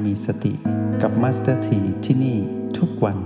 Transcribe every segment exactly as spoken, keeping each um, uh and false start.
มีสติกับมาสเตอร์ทีที่นี่ทุกวัน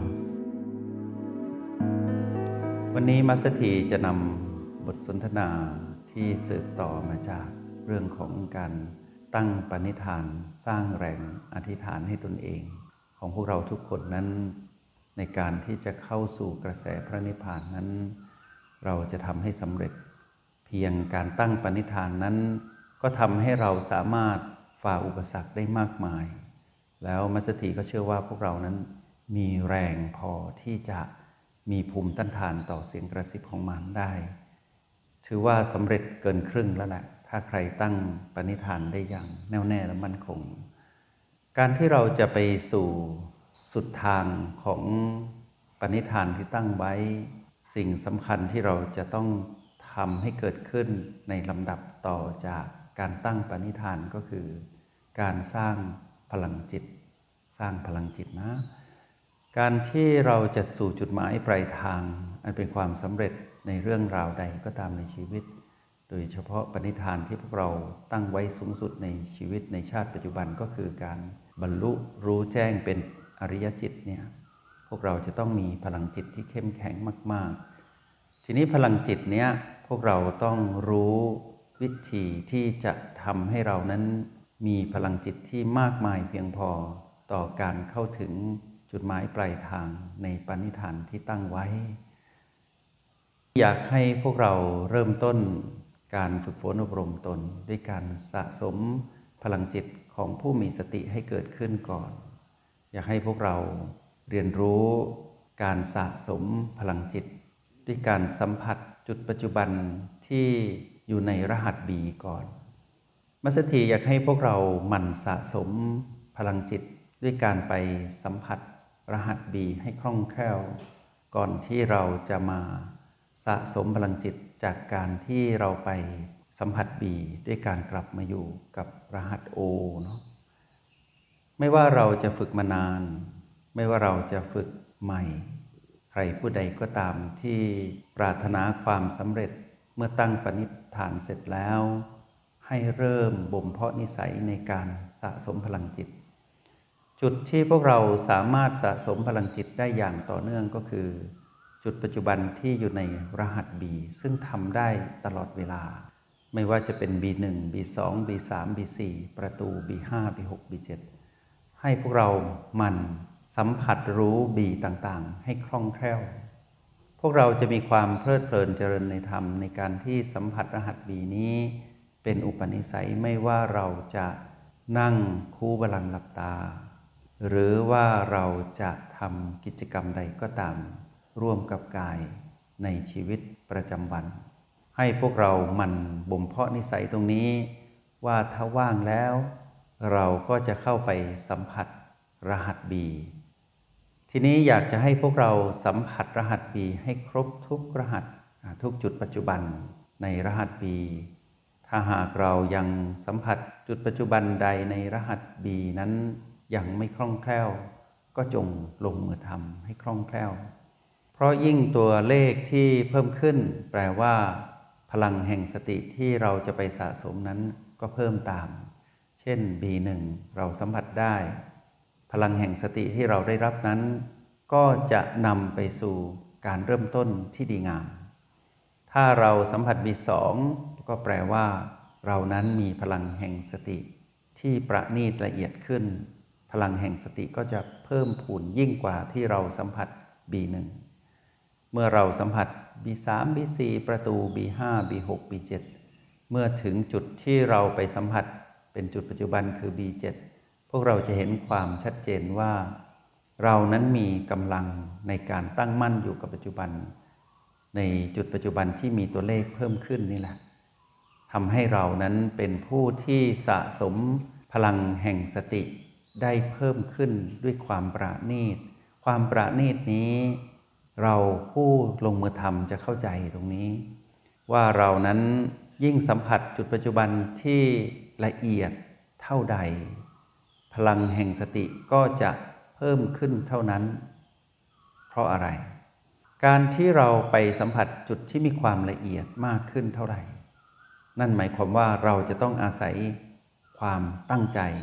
วันนี้มาสเตอร์ทีจะนำบทสนทนาที่สืบต่อมาจากเรื่องของการตั้งปณิธานสร้างแรงอธิษฐานให้ตนเองของพวกเราทุกคนนั้นในการที่จะเข้าสู่กระแสพระนิพพานนั้นเราจะทำให้สำเร็จเพียงการตั้งปณิธานนั้นก็ทำให้เราสามารถฝ่าอุปสรรคได้มากมายแล้วมัสถีก็เชื่อว่าพวกเรานั้นมีแรงพอที่จะมีภูมิต้านทานต่อเสียงกระซิบของมารได้ถือว่าสำเร็จเกินครึ่งแล้วแหละถ้าใครตั้งปณิธานได้อย่างแน่วแน่และมั่นคงการที่เราจะไปสู่สุดทางของปณิธานที่ตั้งไว้สิ่งสำคัญที่เราจะต้องทำให้เกิดขึ้นในลำดับต่อจากการตั้งปณิธานก็คือการสร้างพลังจิตสร้างพลังจิตนะการที่เราจะสู่จุดหมายปลายทางอันเป็นความสำเร็จในเรื่องราวใดก็ตามในชีวิตโดยเฉพาะปณิธานที่พวกเราตั้งไว้สูงสุดในชีวิตในชาติปัจจุบันก็คือการบรรลุรู้แจ้งเป็นอริยจิตเนี่ยพวกเราจะต้องมีพลังจิตที่เข้มแข็งมากๆทีนี้พลังจิตเนี้ยพวกเราต้องรู้วิธีที่จะทำให้เรานั้นมีพลังจิตที่มากมายเพียงพอต่อการเข้าถึงจุดหมายปลายทางในปณิธานที่ตั้งไว้อยากให้พวกเราเริ่มต้นการฝึกฝนอบรมตนด้วยการสะสมพลังจิตของผู้มีสติให้เกิดขึ้นก่อนอยากให้พวกเราเรียนรู้การสะสมพลังจิตด้วยการสัมผัสจุดปัจจุบันที่อยู่ในรหัส B ก่อนมัสถีอยากให้พวกเราหมั่นสะสมพลังจิตด้วยการไปสัมผัสรหัส B ให้คล่องแคล่วก่อนที่เราจะมาสะสมพลังจิตจากการที่เราไปสัมผัส B ด้วยการกลับมาอยู่กับรหัส O เนาะไม่ว่าเราจะฝึกมานานไม่ว่าเราจะฝึกใหม่ใครผู้ใดก็ตามที่ปรารถนาความสำเร็จเมื่อตั้งปณิธานเสร็จแล้วให้เริ่มบ่มเพาะนิสัยในการสะสมพลังจิตจุดที่พวกเราสามารถสะสมพลังจิตได้อย่างต่อเนื่องก็คือจุดปัจจุบันที่อยู่ในรหัส B ซึ่งทำได้ตลอดเวลาไม่ว่าจะเป็น บี หนึ่ง บี สอง บี สาม บี สี่ ประตู บี ห้า บี หก บี เจ็ด ให้พวกเรามันสัมผัสรู้ B ต่างๆให้คล่องแคล่วพวกเราจะมีความเพลิดเพลินเจริญในธรรมในการที่สัมผัสรหัส B นี้เป็นอุปนิสัยไม่ว่าเราจะนั่งคูบัลลังก์หลับตาหรือว่าเราจะทำกิจกรรมใดก็ตามร่วมกับกายในชีวิตประจำวันให้พวกเรามันบ่มเพาะนิสัยตรงนี้ว่าถ้าว่างแล้วเราก็จะเข้าไปสัมผัสรหัส B ทีนี้อยากจะให้พวกเราสัมผัสรหัส B ให้ครบทุกรหัสทุกจุดปัจจุบันในรหัส B ถ้าหากเรายังสัมผัสจุดปัจจุบันใดในรหัส B นั้นยังไม่คล่องแคล่วก็จงลงมือทำให้คล่องแคล่วเพราะยิ่งตัวเลขที่เพิ่มขึ้นแปลว่าพลังแห่งสติที่เราจะไปสะสมนั้นก็เพิ่มตามเช่น บี หนึ่ง เราสัมผัสได้พลังแห่งสติที่เราได้รับนั้นก็จะนำไปสู่การเริ่มต้นที่ดีงามถ้าเราสัมผัส บี สอง ก็แปลว่าเรานั้นมีพลังแห่งสติที่ประณีตละเอียดขึ้นพลังแห่งสติก็จะเพิ่มพูนยิ่งกว่าที่เราสัมผัส บี หนึ่ง เมื่อเราสัมผัส บี สาม บี สี่ ประตู บี ห้า บี หก บี เจ็ด เมื่อถึงจุดที่เราไปสัมผัสเป็นจุดปัจจุบันคือ บี เจ็ด พวกเราจะเห็นความชัดเจนว่าเรานั้นมีกำลังในการตั้งมั่นอยู่กับปัจจุบันในจุดปัจจุบันที่มีตัวเลขเพิ่มขึ้นนี่แหละทำให้เรานั้นเป็นผู้ที่สะสมพลังแห่งสติได้เพิ่มขึ้นด้วยความประณีตความประณีตนี้เราผู้ลงมือทำจะเข้าใจตรงนี้ว่าเรานั้นยิ่งสัมผัสจุดปัจจุบันที่ละเอียดเท่าใดพลังแห่งสติก็จะเพิ่มขึ้นเท่านั้นเพราะอะไรการที่เราไปสัมผัสจุดที่มีความละเอียดมากขึ้นเท่าไหร่นั่นหมายความว่าเราจะต้องอาศัยความตั้งใจ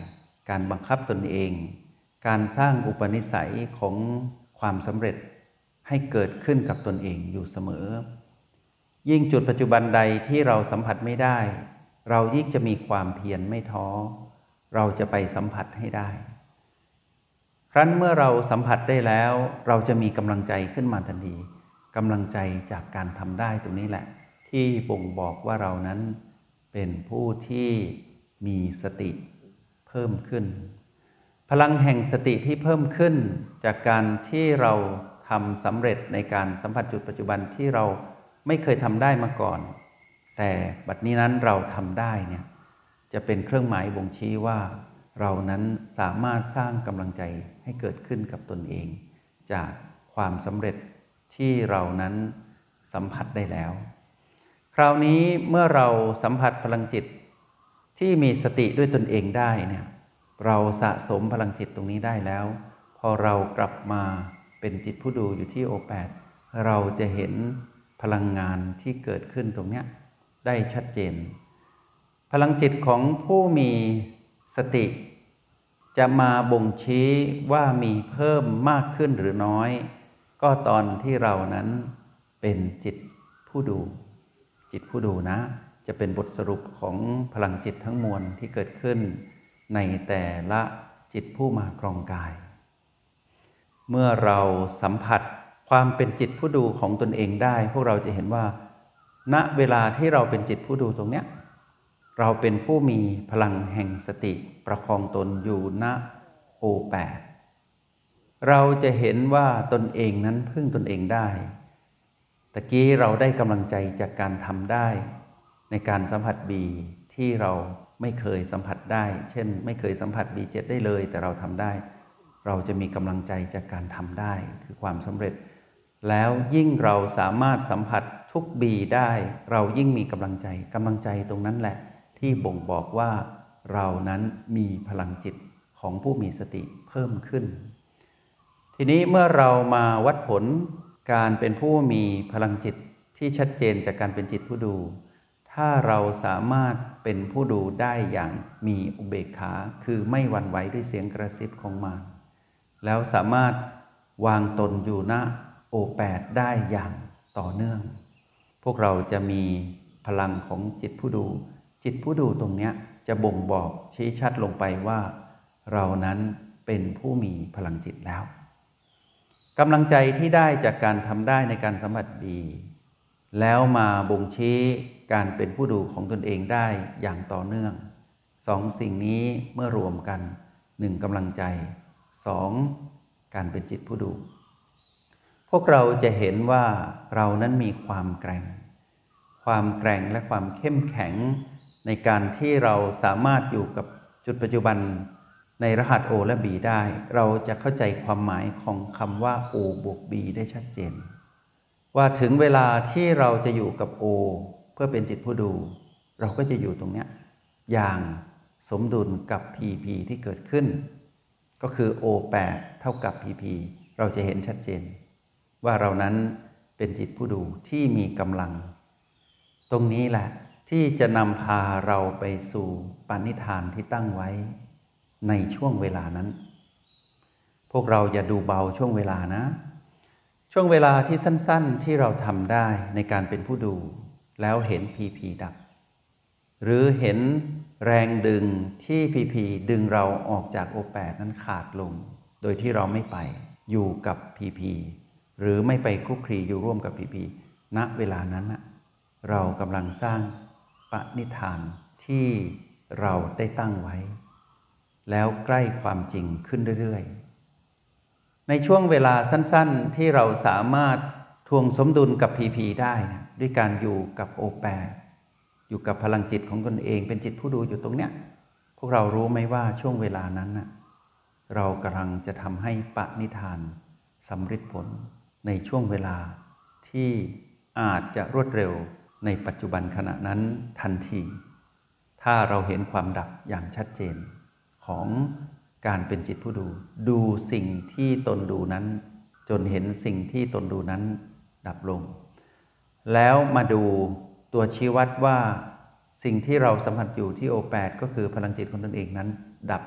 การบังคับตนเองการสร้างอุปนิสัยของความสำเร็จให้เกิดขึ้นกับตนเองอยู่เสมอยิ่งจุดปัจจุบันใดที่เราสัมผัสไม่ได้เรายิ่งจะมีความเพียรไม่ท้อเราจะไปสัมผัสให้ได้ครั้นเมื่อเราสัมผัสได้แล้วเราจะมีกำลังใจขึ้นมาทันทีกำลังใจจากการทำได้ตรงนี้แหละที่บ่งบอกว่าเรานั้นเป็นผู้ที่มีสติเพิ่มขึ้นพลังแห่งสติที่เพิ่มขึ้นจากการที่เราทำสำเร็จในการสัมผัสจุดปัจจุบันที่เราไม่เคยทำได้มาก่อนแต่บัดนี้นั้นเราทำได้เนี่ยจะเป็นเครื่องหมายบ่งชี้ว่าเรานั้นสามารถสร้างกำลังใจให้เกิดขึ้นกับตนเองจากความสำเร็จที่เรานั้นสัมผัสได้แล้วคราวนี้เมื่อเราสัมผัสพลังจิตที่มีสติด้วยตนเองได้เนี่ยเราสะสมพลังจิตตรงนี้ได้แล้วพอเรากลับมาเป็นจิตผู้ดูอยู่ที่โอแปดเราจะเห็นพลังงานที่เกิดขึ้นตรงนี้ได้ชัดเจนพลังจิตของผู้มีสติจะมาบ่งชี้ว่ามีเพิ่มมากขึ้นหรือน้อยก็ตอนที่เรานั้นเป็นจิตผู้ดูจิตผู้ดูนะจะเป็นบทสรุปของพลังจิตทั้งมวลที่เกิดขึ้นในแต่ละจิตผู้มาครองกายเมื่อเราสัมผัสความเป็นจิตผู้ดูของตนเองได้พวกเราจะเห็นว่าณเวลาที่เราเป็นจิตผู้ดูตรงเนี้ยเราเป็นผู้มีพลังแห่งสติประคองตนอยู่ณโอแปดเราจะเห็นว่าตนเองนั้นพึ่งตนเองได้ตะกี้เราได้กำลังใจจากการทำได้ในการสัมผัสบีที่เราไม่เคยสัมผัสได้เช่นไม่เคยสัมผัส บี เจ็ด ได้เลยแต่เราทำได้เราจะมีกำลังใจจากการทำได้คือความสำเร็จแล้วยิ่งเราสามารถสัมผัสทุกบีได้เรายิ่งมีกำลังใจกำลังใจตรงนั้นแหละที่บ่งบอกว่าเรานั้นมีพลังจิตของผู้มีสติเพิ่มขึ้นทีนี้เมื่อเรามาวัดผลการเป็นผู้มีพลังจิตที่ชัดเจนจากการเป็นจิตผู้ดูถ้าเราสามารถเป็นผู้ดูได้อย่างมีอุเบกขาคือไม่หวั่นไหวด้วยเสียงกระซิบของมารแล้วสามารถวางตนอยู่ณโอแปดได้อย่างต่อเนื่องพวกเราจะมีพลังของจิตผู้ดูจิตผู้ดูตรงนี้จะบ่งบอกชี้ชัดลงไปว่าเรานั้นเป็นผู้มีพลังจิตแล้วกำลังใจที่ได้จากการทำได้ในการสัมผัสบีแล้วมาบ่งชี้การเป็นผู้ดูของตนเองได้อย่างต่อเนื่องสองสิ่งนี้เมื่อรวมกันหนึ่งกำลังใจสองการเป็นจิตผู้ดูพวกเราจะเห็นว่าเรานั้นมีความแกร่งความแกร่งและความเข้มแข็งในการที่เราสามารถอยู่กับจุดปัจจุบันในรหัส O และ B ได้เราจะเข้าใจความหมายของคำว่า O บวก B ได้ชัดเจนว่าถึงเวลาที่เราจะอยู่กับ O เพื่อเป็นจิตผู้ดูเราก็จะอยู่ตรงเนี้ยอย่างสมดุลกับ พี พี ที่เกิดขึ้นก็คือ โอ แปด เท่ากับ พี พี เราจะเห็นชัดเจนว่าเรานั้นเป็นจิตผู้ดูที่มีกำลังตรงนี้แหละที่จะนำพาเราไปสู่ปณิธานที่ตั้งไว้ในช่วงเวลานั้นพวกเราอย่าดูเบาช่วงเวลานะช่วงเวลาที่สั้นๆที่เราทำได้ในการเป็นผู้ดูแล้วเห็น พี พี ดับหรือเห็นแรงดึงที่ พี พี ดึงเราออกจาก โอ แปด นั้นขาดลงโดยที่เราไม่ไปอยู่กับ พี พี หรือไม่ไปคลุกคลีอยู่ร่วมกับ พี พี ณเวลานั้นนะเรากำลังสร้างปณิธานที่เราได้ตั้งไว้แล้วใกล้ความจริงขึ้นเรื่อยๆในช่วงเวลาสั้นๆที่เราสามารถทวงสมดุลกับ พี พี ได้นะด้วยการอยู่กับ โอ แปด อยู่กับพลังจิตของตนเองเป็นจิตผู้ดูอยู่ตรงเนี้ยพวกเรารู้ไหมว่าช่วงเวลานั้นนะเรากำลังจะทำให้ปณิธานสำเร็จผลในช่วงเวลาที่อาจจะรวดเร็วในปัจจุบันขณะนั้นทันทีถ้าเราเห็นความดับอย่างชัดเจนของการเป็นจิตผู้ดูดูสิ่งที่ตนดูนั้นจนเห็นสิ่งที่ตนดูนั้นดับลงแล้วมาดูตัวชี้วัดว่าสิ่งที่เราสัมผัสอยู่ที่ โอ แปด ก็คือพลังจิตของตนเองนั้นดับไป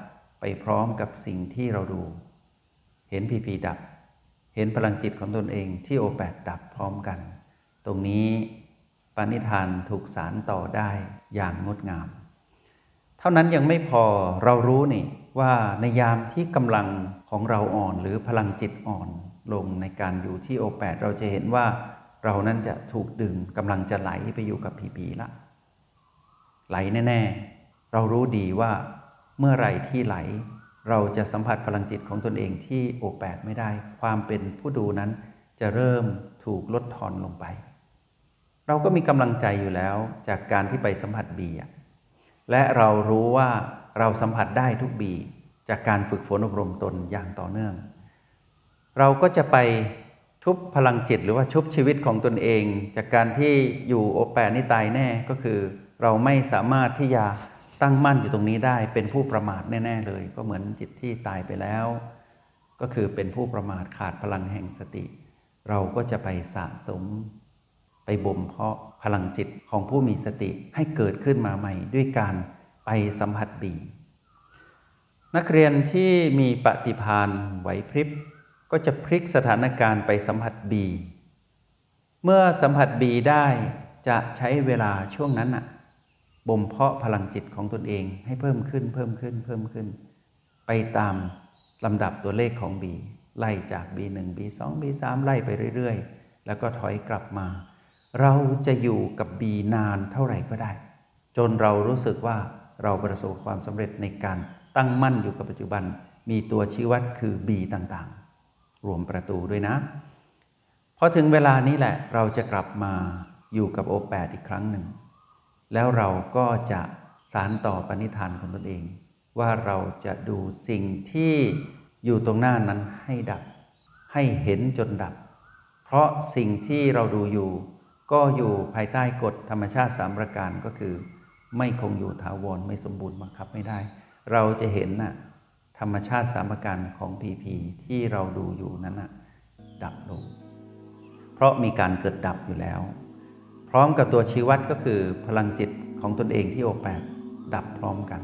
ไปพร้อมกับสิ่งที่เราดูเห็นพีพีดับเห็นพลังจิตของตนเองที่โอแปดดับพร้อมกันตรงนี้ปณิธานถูกสานต่อได้อย่างงดงามเท่านั้นยังไม่พอเรารู้นี่ว่าในยามที่กำลังของเราอ่อนหรือพลังจิตอ่อนลงในการอยู่ที่โอแปดเราจะเห็นว่าเรานั้นจะถูกดึงกำลังจะไหลไปอยู่กับพีพีละไหลแน่ๆเรารู้ดีว่าเมื่อไหร่ที่ไหลเราจะสัมผัสพลังจิตของตนเองที่โอแปดไม่ได้ความเป็นผู้ดูนั้นจะเริ่มถูกลดทอนลงไปเราก็มีกำลังใจอยู่แล้วจากการที่ไปสัมผัสบีและเรารู้ว่าเราสัมผัสได้ทุกบีจากการฝึกฝนอบรมตนอย่างต่อเนื่องเราก็จะไปทุบพลังจิตหรือว่าชุบชีวิตของตนเองจากการที่อยู่โอแปดนี่ตายแน่ก็คือเราไม่สามารถที่จะตั้งมั่นอยู่ตรงนี้ได้เป็นผู้ประมาทแน่ๆเลยก็เหมือนจิตที่ตายไปแล้วก็คือเป็นผู้ประมาทขาดพลังแห่งสติเราก็จะไปสะสมไปบ่มเพาะพลังจิตของผู้มีสติให้เกิดขึ้นมาใหม่ด้วยการไปสัมผัสบีนักเรียนที่มีปฏิภาณไหวพริบก็จะพลิกสถานการณ์ไปสัมผัสบีเมื่อสัมผัสบีได้จะใช้เวลาช่วงนั้นน่ะบ่มเพาะพลังจิตของตนเองให้เพิ่มขึ้นเพิ่มขึ้นเพิ่มขึ้นไปตามลำดับตัวเลขของบีไล่จาก บี หนึ่ง บี สอง บี สาม ไล่ไปเรื่อยๆแล้วก็ถอยกลับมาเราจะอยู่กับบีนานเท่าไหร่ก็ได้จนเรารู้สึกว่าเราประสบความสำเร็จในการตั้งมั่นอยู่กับปัจจุบันมีตัวชี้วัดคือบีต่างๆรวมประตูด้วยนะพอถึงเวลานี้แหละเราจะกลับมาอยู่กับโอแปดอีกครั้งหนึ่งแล้วเราก็จะสานต่อปณิธานของตนเองว่าเราจะดูสิ่งที่อยู่ตรงหน้านั้นให้ดับให้เห็นจนดับเพราะสิ่งที่เราดูอยู่ก็อยู่ภายใต้กฎธรรมชาติสามประการก็คือไม่คงอยู่ถาวรไม่สมบูรณ์บังคับไม่ได้เราจะเห็นน่ะธรรมชาติสามประการของพีพีที่เราดูอยู่นั้นน่ะดับลงเพราะมีการเกิดดับอยู่แล้วพร้อมกับตัวชี้วัดก็คือพลังจิตของตนเองที่โอแปดดับพร้อมกัน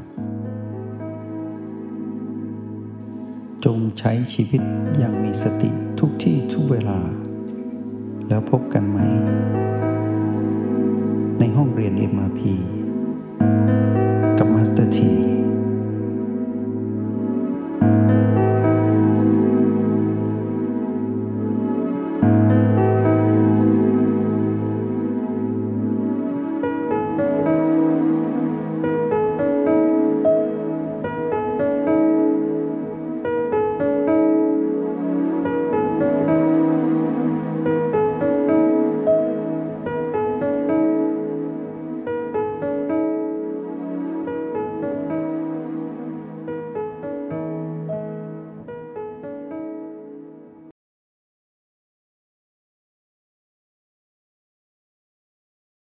จงใช้ชีวิตอย่างมีสติทุกที่ทุกเวลาแล้วพบกันไหมในห้องเรียน เอ็ม อาร์ พี กับมาสเตอร์ที